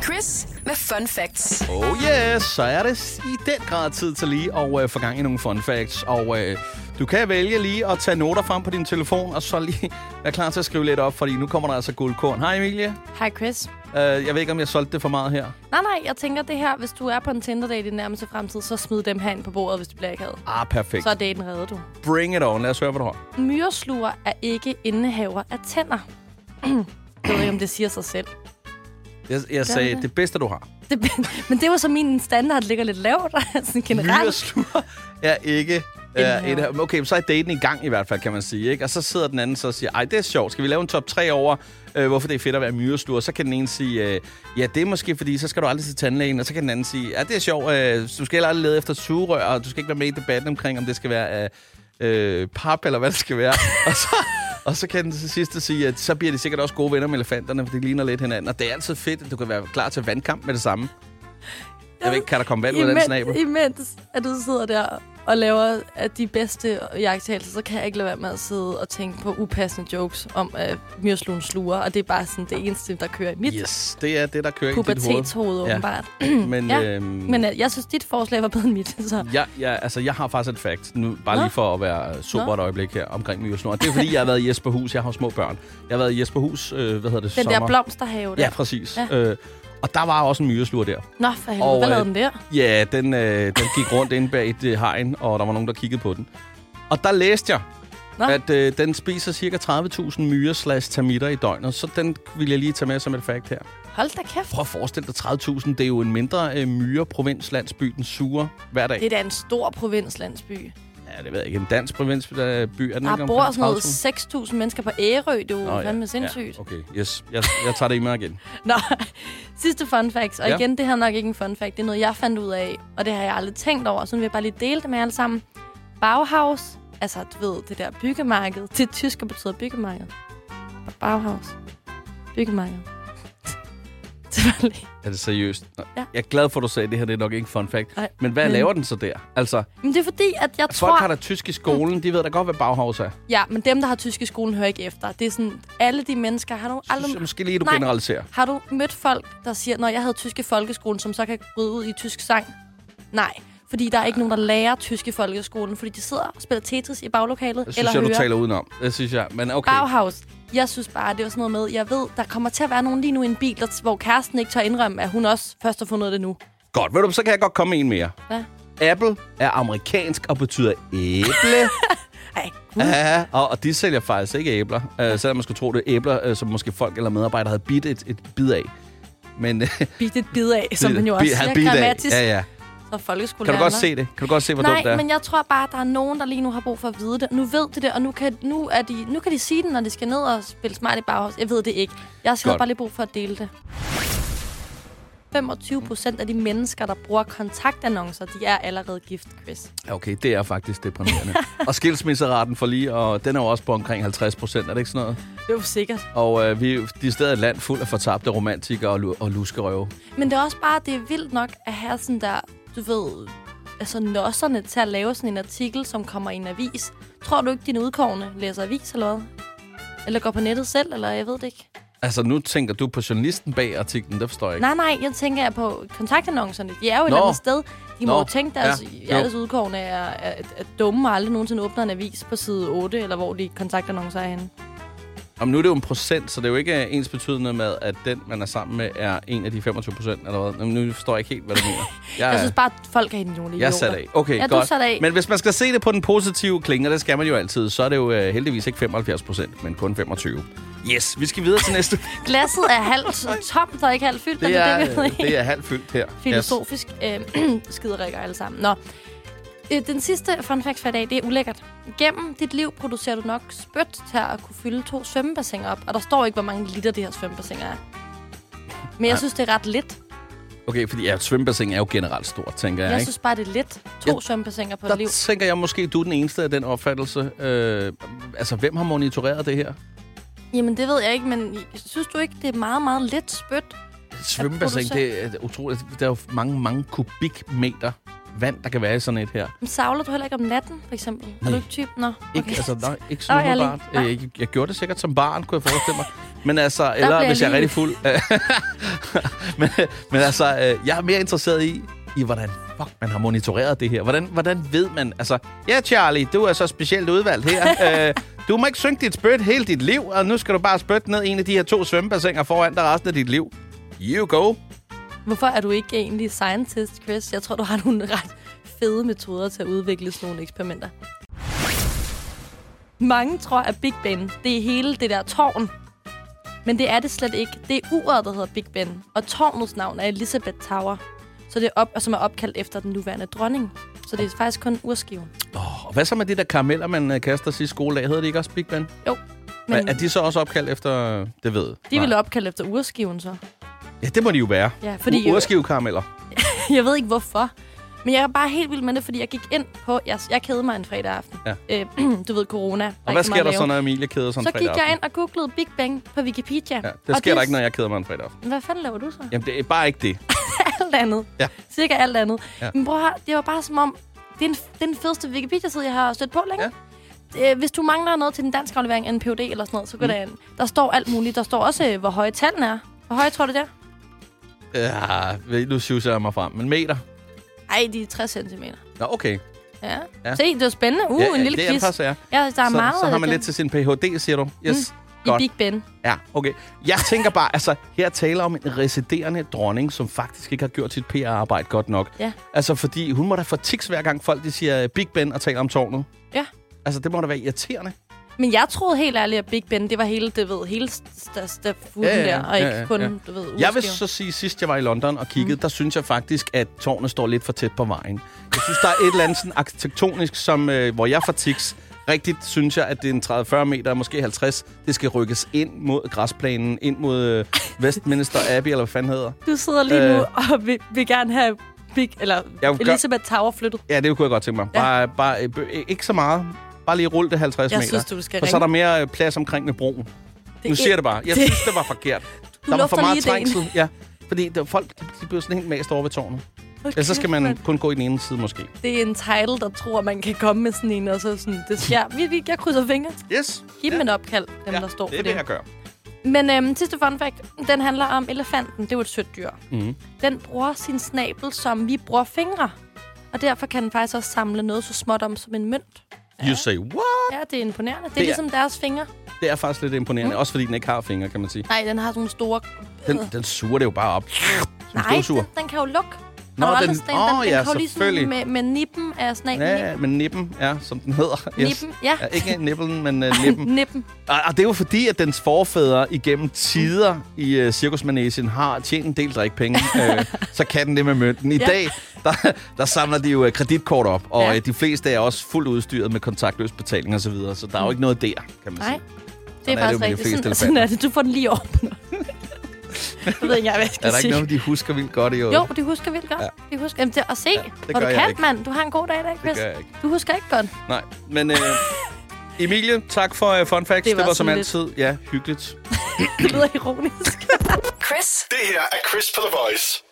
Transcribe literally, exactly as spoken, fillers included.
Chris med Fun Facts. Oh yes, så er det i den grad tid til lige at uh, få gang i nogle fun facts. Og uh, du kan vælge lige at tage noter frem på din telefon, og så lige være klar til at skrive lidt op, fordi nu kommer der altså guldkorn. Hej Emilie. Hej Chris. Uh, jeg ved ikke, om jeg solgte det for meget her. Nej, nej, jeg tænker det her, hvis du er på en Tinder-date i den nærmeste fremtid, så smid dem her ind på bordet, hvis det bliver akavet. Ah, perfekt. Så er daten reddet, du. Bring it on. Lad os høre, hvad du har. Myresluger er ikke indehaver af tænder. Jeg ved ikke, om det siger sig selv. Jeg, jeg sagde, det? det? det bedste, du har. Det, men det var så min standard, ligger lidt lavt, sådan generelt. Myresluger er ikke... Uh, okay, så er daten i gang i hvert fald, kan man sige. Ikke? Og så sidder den anden så og siger, ej, det er sjovt. Skal vi lave en top tre over, uh, hvorfor det er fedt at være myresluger? Så kan den ene sige, uh, ja, det er måske fordi, så skal du aldrig til tandlægen. Og så kan den anden sige, ja, det er sjovt. Uh, du skal aldrig lede efter sugerør, og du skal ikke være med i debatten omkring, om det skal være uh, uh, pap, eller hvad det skal være. og, så, og så kan den til sidste sige, at så bliver de sikkert også gode venner med elefanterne, for det ligner lidt hinanden. Og det er altid fedt, at du kan være klar til vandkamp med det samme. Jeg ved ikke, kan der komme vand ud af den snabel? Imens at du sidder der og laver af de bedste iagttagelser, så kan jeg ikke lade være med at sidde og tænke på upassende jokes om uh, myresluen sluger, og det er bare sådan det eneste, der kører i mit yes, det er det, der kører i dit hoved. Pubertetshoved, åbenbart. Men, ja. øhm, Men uh, jeg synes, dit forslag var bedre end mit. Så. Ja, ja, altså, jeg har faktisk et fact, nu, bare Nå. lige for at være super et øjeblik her omkring myresluger. Det er, fordi jeg har været i Jesperhus. Jeg har små børn. Jeg har været i Jesperhus, øh, hvad hedder det, Den sommer. der blomsterhave der. Ja, præcis. Ja. Øh, og der var også en myresluger der. Nå, for helvede. Og, hvad lavede den der? Ja, den, øh, den gik rundt inde bag et øh, hegn, og der var nogen, der kiggede på den. Og der læste jeg, Nå. at øh, den spiser cirka tredive tusind myrer slash termitter i døgnet. Så den vil jeg lige tage med som et fact her. Hold da kæft. Prøv at forestille dig tredive tusind. Det er jo en mindre øh, myre-provinslandsby, den suger hver dag. Det er da en stor provinslandsby. Ja, det ved jeg ikke. En dansk provinsby, er den der ikke bor sådan noget seks tusind mennesker på Ærø. Det er jo fandme ja. sindssygt. Ja, okay, yes. Jeg, jeg tager det i mig igen. Nå, sidste fun facts. Og ja. igen, det her er nok ikke en fun fact. Det er noget, jeg fandt ud af. Og det har jeg aldrig tænkt over. Så nu vil jeg bare lige dele det med alle sammen. Bauhaus. Altså, du ved, det der byggemarked. Det tyske betyder byggemarked. Bauhaus. Byggemarked. Er det seriøst? Ja. Jeg er glad for, at du sagde, at det her det er nok ikke en fun fact. Nej, men hvad men... laver den så der? Altså, men det er fordi, at jeg folk tror... Folk har da tysk i skolen. De ved da godt, hvad Bauhaus er. Ja, men dem, der har tysk i skolen, hører ikke efter. Det er sådan, alle de mennesker... Har du aldrig... Synes, måske lige, du Nej. generaliserer. Har du mødt folk, der siger, når jeg havde tysk i folkeskolen, som så kan bryde ud i tysk sang? Nej. Fordi der er ikke nogen, der lærer tysk i folkeskolen, fordi de sidder og spiller Tetris i baglokalet. Det synes eller jeg, hører. du taler udenom. Det synes jeg, men okay. Bauhaus. Jeg synes bare, det var sådan noget med, jeg ved, der kommer til at være nogen lige nu i en bil, der, hvor kæresten ikke tør indrømme, at hun også først har fundet det nu. Godt, ved du, så kan jeg godt komme med en mere. Hvad? Apple er amerikansk og betyder æble. Ej, ja, og, og de sælger faktisk ikke æbler. Uh, selvom man skulle tro, det er æbler, uh, som måske folk eller medarbejdere havde bidt et, et bid af. Men, uh, bidt et bid af, som man jo også siger grammatisk. Ja, ja. Kan du godt se det? Kan du godt se, hvor Nej, dumt det er? men jeg tror bare, at der er nogen, der lige nu har brug for at vide det. Nu ved de det, og nu kan, nu er de, nu kan de sige det, når de skal ned og spille smart i Bauhaus. Jeg ved det ikke. Jeg har bare lige brug for at dele det. femogtyve procent af de mennesker, der bruger kontaktannoncer, de er allerede gift, Chris. Okay, det er faktisk deprimerende. Og skilsmisseraten for lige, og den er jo også på omkring halvtreds procent, er det ikke sådan noget? Det er jo sikkert. Og øh, vi de er stadig et land fuld af fortabte romantikere og, og luskerøve. Men det er også bare, det er vildt nok at have sådan der, du ved, altså nosserne til at lave sådan en artikel, som kommer i en avis. Tror du ikke, dine udkårne læser avis eller hvad? Eller går på nettet selv, eller jeg ved det ikke. Altså, nu tænker du på journalisten bag artiklen, det forstår jeg ikke. Nej, nej, jeg tænker på kontaktannoncerne. De er jo et eller andet sted. De må Nå. jo tænke, deres ja. hjertes udkårne er, er, er dumme og aldrig nogensinde åbner en avis på side otte, eller hvor de kontaktannoncer er henne. Om nu er det jo en procent, så det er jo ikke ens betydende med, at den, man er sammen med, er en af de femogtyve procent, eller hvad? Nu forstår jeg ikke helt, hvad du mener. Jeg, jeg synes bare, at folk er idioter. Jeg er sat af. Okay, ja, godt. Af. Men hvis man skal se det på den positive klinge, og det skal man jo altid, så er det jo uh, heldigvis ikke femoghalvfjerds procent, men kun femogtyve. Yes, vi skal videre til næste. Glasset er halvt tomt og ikke halvt fyldt. Det er, det, det, det er halvt fyldt her. Filosofisk øh, skiderikker alle sammen. Nå. Den sidste fun fact for i dag, det er ulækkert. Gennem dit liv producerer du nok spyt til at kunne fylde to svømmebassiner op. Og der står ikke, hvor mange liter de her svømmebassiner er. Men jeg synes, det er ret lidt. Okay, fordi ja, svømmebassin er jo generelt stort, tænker jeg. Jeg ikke? synes bare, det er lidt. To ja, svømmebassiner på et liv. Der tænker jeg måske, du er den eneste af den opfattelse. Øh, altså, hvem har monitoreret det her? Jamen, det ved jeg ikke, men synes du ikke, det er meget, meget lidt spyt? Svømmebassin, det er utroligt. Der er jo mange, mange kubikmeter vand, der kan være i sådan et her. Men savler du heller ikke om natten, for eksempel? Nej. Er du ikke typen? Nå, okay. Ikke, altså, nej, ikke sådan umiddelbart. Jeg, jeg gjorde det sikkert som barn, kunne jeg forestille mig. Men altså, eller hvis jeg er rigtig fuld. men, men altså, jeg er mere interesseret i, i hvordan fuck, man har monitoreret det her. Hvordan, hvordan ved man? Altså, ja, Charlie, du er så specielt udvalgt her. uh, du må ikke synke dit spyt hele dit liv, og nu skal du bare spytte ned en af de her to svømmebassiner foran dig resten af dit liv. You go. Hvorfor er du ikke egentlig scientist, Chris? Jeg tror, du har nogle ret fede metoder til at udvikle sådan nogle eksperimenter. Mange tror, at Big Ben, det er hele det der tårn. Men det er det slet ikke. Det er uret, der hedder Big Ben. Og tårnets navn er Elizabeth Tower. Så det er op, som er opkaldt efter den nuværende dronning. Så det er faktisk kun urskiven. Oh, og hvad så med de der karameller, man kaster sidste skoledag? Hedder det ikke også Big Ben? Jo. Men er de så også opkaldt efter, det ved? De ville opkaldt efter urskiven så. Ja, det må de jo være. Ja, fordi urskivekarameller. Jeg ved ikke hvorfor. Men jeg er bare helt vild med det, fordi jeg gik ind på... Jeg, jeg kædede mig en fredag aften. Ja. Øh, du ved, corona. Og hvad sker der så, når Emilie kæder sådan en fredag aften? Så gik jeg ind og googlede Big Bang på Wikipedia. Ja, det sker der ikke, når jeg kæder mig en fredag aften. Hvad fanden laver du så? Jamen, det er bare ikke det. alt andet. Ja. Cirka alt andet. Ja. Men bror, det var bare som om... Det er, en, det er den fedeste Wikipedia-side, jeg har stødt på længe. Ja. Hvis du mangler noget til den danske aflevering, en P H D eller sådan noget, så går mm. der ind. Der står alt muligt. Der står også, hvor høje tallene er. Hvor høje tror du det er? Ja, nu syvser jeg mig frem. Men meter? Ej, de er tres centimeter. Nå, okay. Ja. ja. Se, det er spændende. Uh, ja, en lille det quiz. Er det, ja. Ja, der er så, meget. Så har man lidt til sin P H D, siger du? Yes. Mm. I Big Ben. Ja, okay. Jeg tænker bare, altså, her taler om en residerende dronning, som faktisk ikke har gjort sit P R-arbejde godt nok. Ja. Altså, fordi hun må da få tics hver gang folk de siger Big Ben og taler om tårnet. Ja. Altså, det må da være irriterende. Men jeg troede helt ærligt, at Big Ben, det var hele, det ved, hele stafuden ja, ja, der, og ikke ja, ja, kun, ja. du ved, urskiven. Jeg vil så sige, sidst jeg var i London og kiggede, mm. der synes jeg faktisk, at tårnet står lidt for tæt på vejen. Jeg synes, der er et eller andet sådan arkitektonisk, som, øh, hvor jeg får tics. Rigtigt synes jeg, at det er en tredive til fyrre meter, måske halvtreds. Det skal rykkes ind mod græsplænen, ind mod øh, Westminster Abbey, eller hvad fanden hedder. Du sidder lige nu øh, og vil, vil gerne have Big, eller Elizabeth Tower flyttet. Ja, det kunne jeg godt tænke mig. Bare, ja. bare øh, ikke så meget. Bare lige rulle det halvtreds jeg meter. Synes, du skal for ringe. Så er der mere plads omkring med broen. Det nu siger jeg det bare. Jeg det, synes, det var forkert. Der var for meget trængsel. Ja, fordi der, folk de blev sådan helt mast over ved tårnet. Okay, ja, så skal man men... kun gå i den ene side, måske. Det er en title, der tror, man kan komme med sådan en, og så sådan, det sker. Vi, vi, jeg krydser fingre. Yes. Giv dem ja. en opkald, dem ja, der står det for det. det vil jeg gøre. Men øhm, sidste fun fact, den handler om elefanten. Det er jo et sødt dyr. Mm. Den bruger sin snabel, som vi bruger fingre. Og derfor kan den faktisk også samle noget så småt om som en mønt. Ja. You say what? Ja, det er imponerende. Det er, det er ligesom deres fingre. Det er faktisk lidt imponerende. Mm. Også fordi den ikke har fingre, kan man sige. Nej, den har sådan nogle store... Den, den suger det jo bare op. Nej, den, den kan jo lukke. Nå, den, den, åh den, ja, den selvfølgelig. Med, med nippen af snablen. Ja, med nippen, ja, som den hedder. Yes. Nippen, ja. ja. Ikke nippelen, men uh, nippen. nippen. Og, og det er jo fordi, at dens forfædre igennem tider i uh, cirkusmanesien har tjent en del drikpenge. uh, så kan den det med mønten. I ja. dag, der, der samler de jo uh, kreditkort op, og ja. uh, de fleste er også fuldt udstyret med kontaktløs betaling og så videre. Så der er jo ikke noget der, kan man Nej. sige. Det er faktisk rigtigt. Sådan, sådan er det. Du får den lige op. Jeg ved ikke, hvad jeg skal Er der sige. ikke noget, de husker vildt godt i år? Jo, de husker vildt godt. Ja. De husker, jamen, det, at se, ja, hvor du kan, mand. Du har en god dag i dag, Chris. Det gør jeg ikke. Du husker ikke godt. Nej, men uh, Emilie, tak for uh, fun facts. Det var, det var som altid, lidt. ja, hyggeligt. Det lyder ironisk. Chris. Det her er Chris på The Voice.